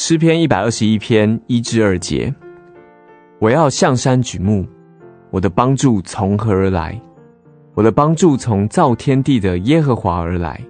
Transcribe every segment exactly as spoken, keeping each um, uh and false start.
诗篇一百二十一篇一至二节，我要向山举目，我的帮助从何而来？我的帮助从造天地的耶和华而来。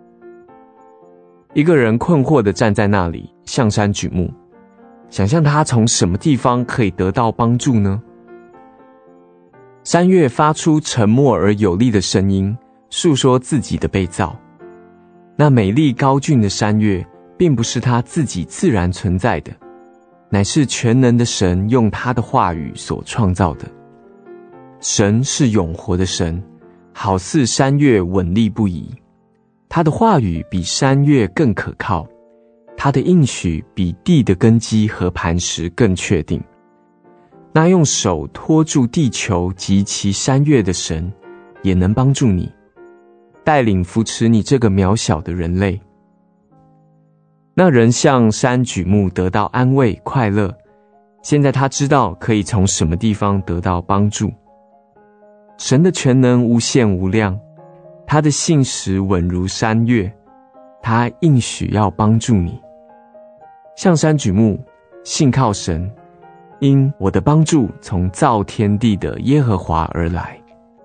一个人困惑地站在那里，向山举目，想象他从什么地方可以得到帮助呢？山岳发出沉默而有力的声音，述说自己的被造。那美丽高峻的山岳并不是他自己自然存在的，乃是全能的神用他的话语所创造的。神是永活的神，好似山岳稳立不移。他的话语比山岳更可靠，他的应许比地的根基和磐石更确定。那用手托住地球及其山岳的神，也能帮助你，带领扶持你这个渺小的人类。那人向山举目，得到安慰快乐，现在他知道可以从什么地方得到帮助。神的全能无限无量，他的信实稳如山岳，他应许要帮助你。向山举目，信靠神，因我的帮助从造天地的耶和华而来。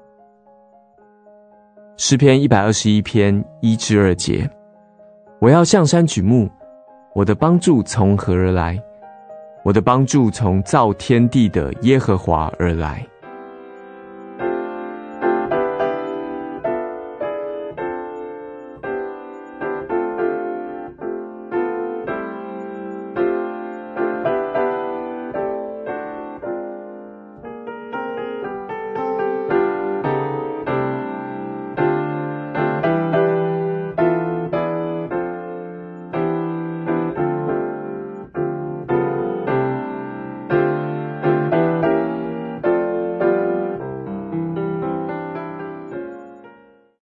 诗篇一百二十一篇一至二节，我要向山举目，我的帮助从何而来？我的帮助从造天地的耶和华而来。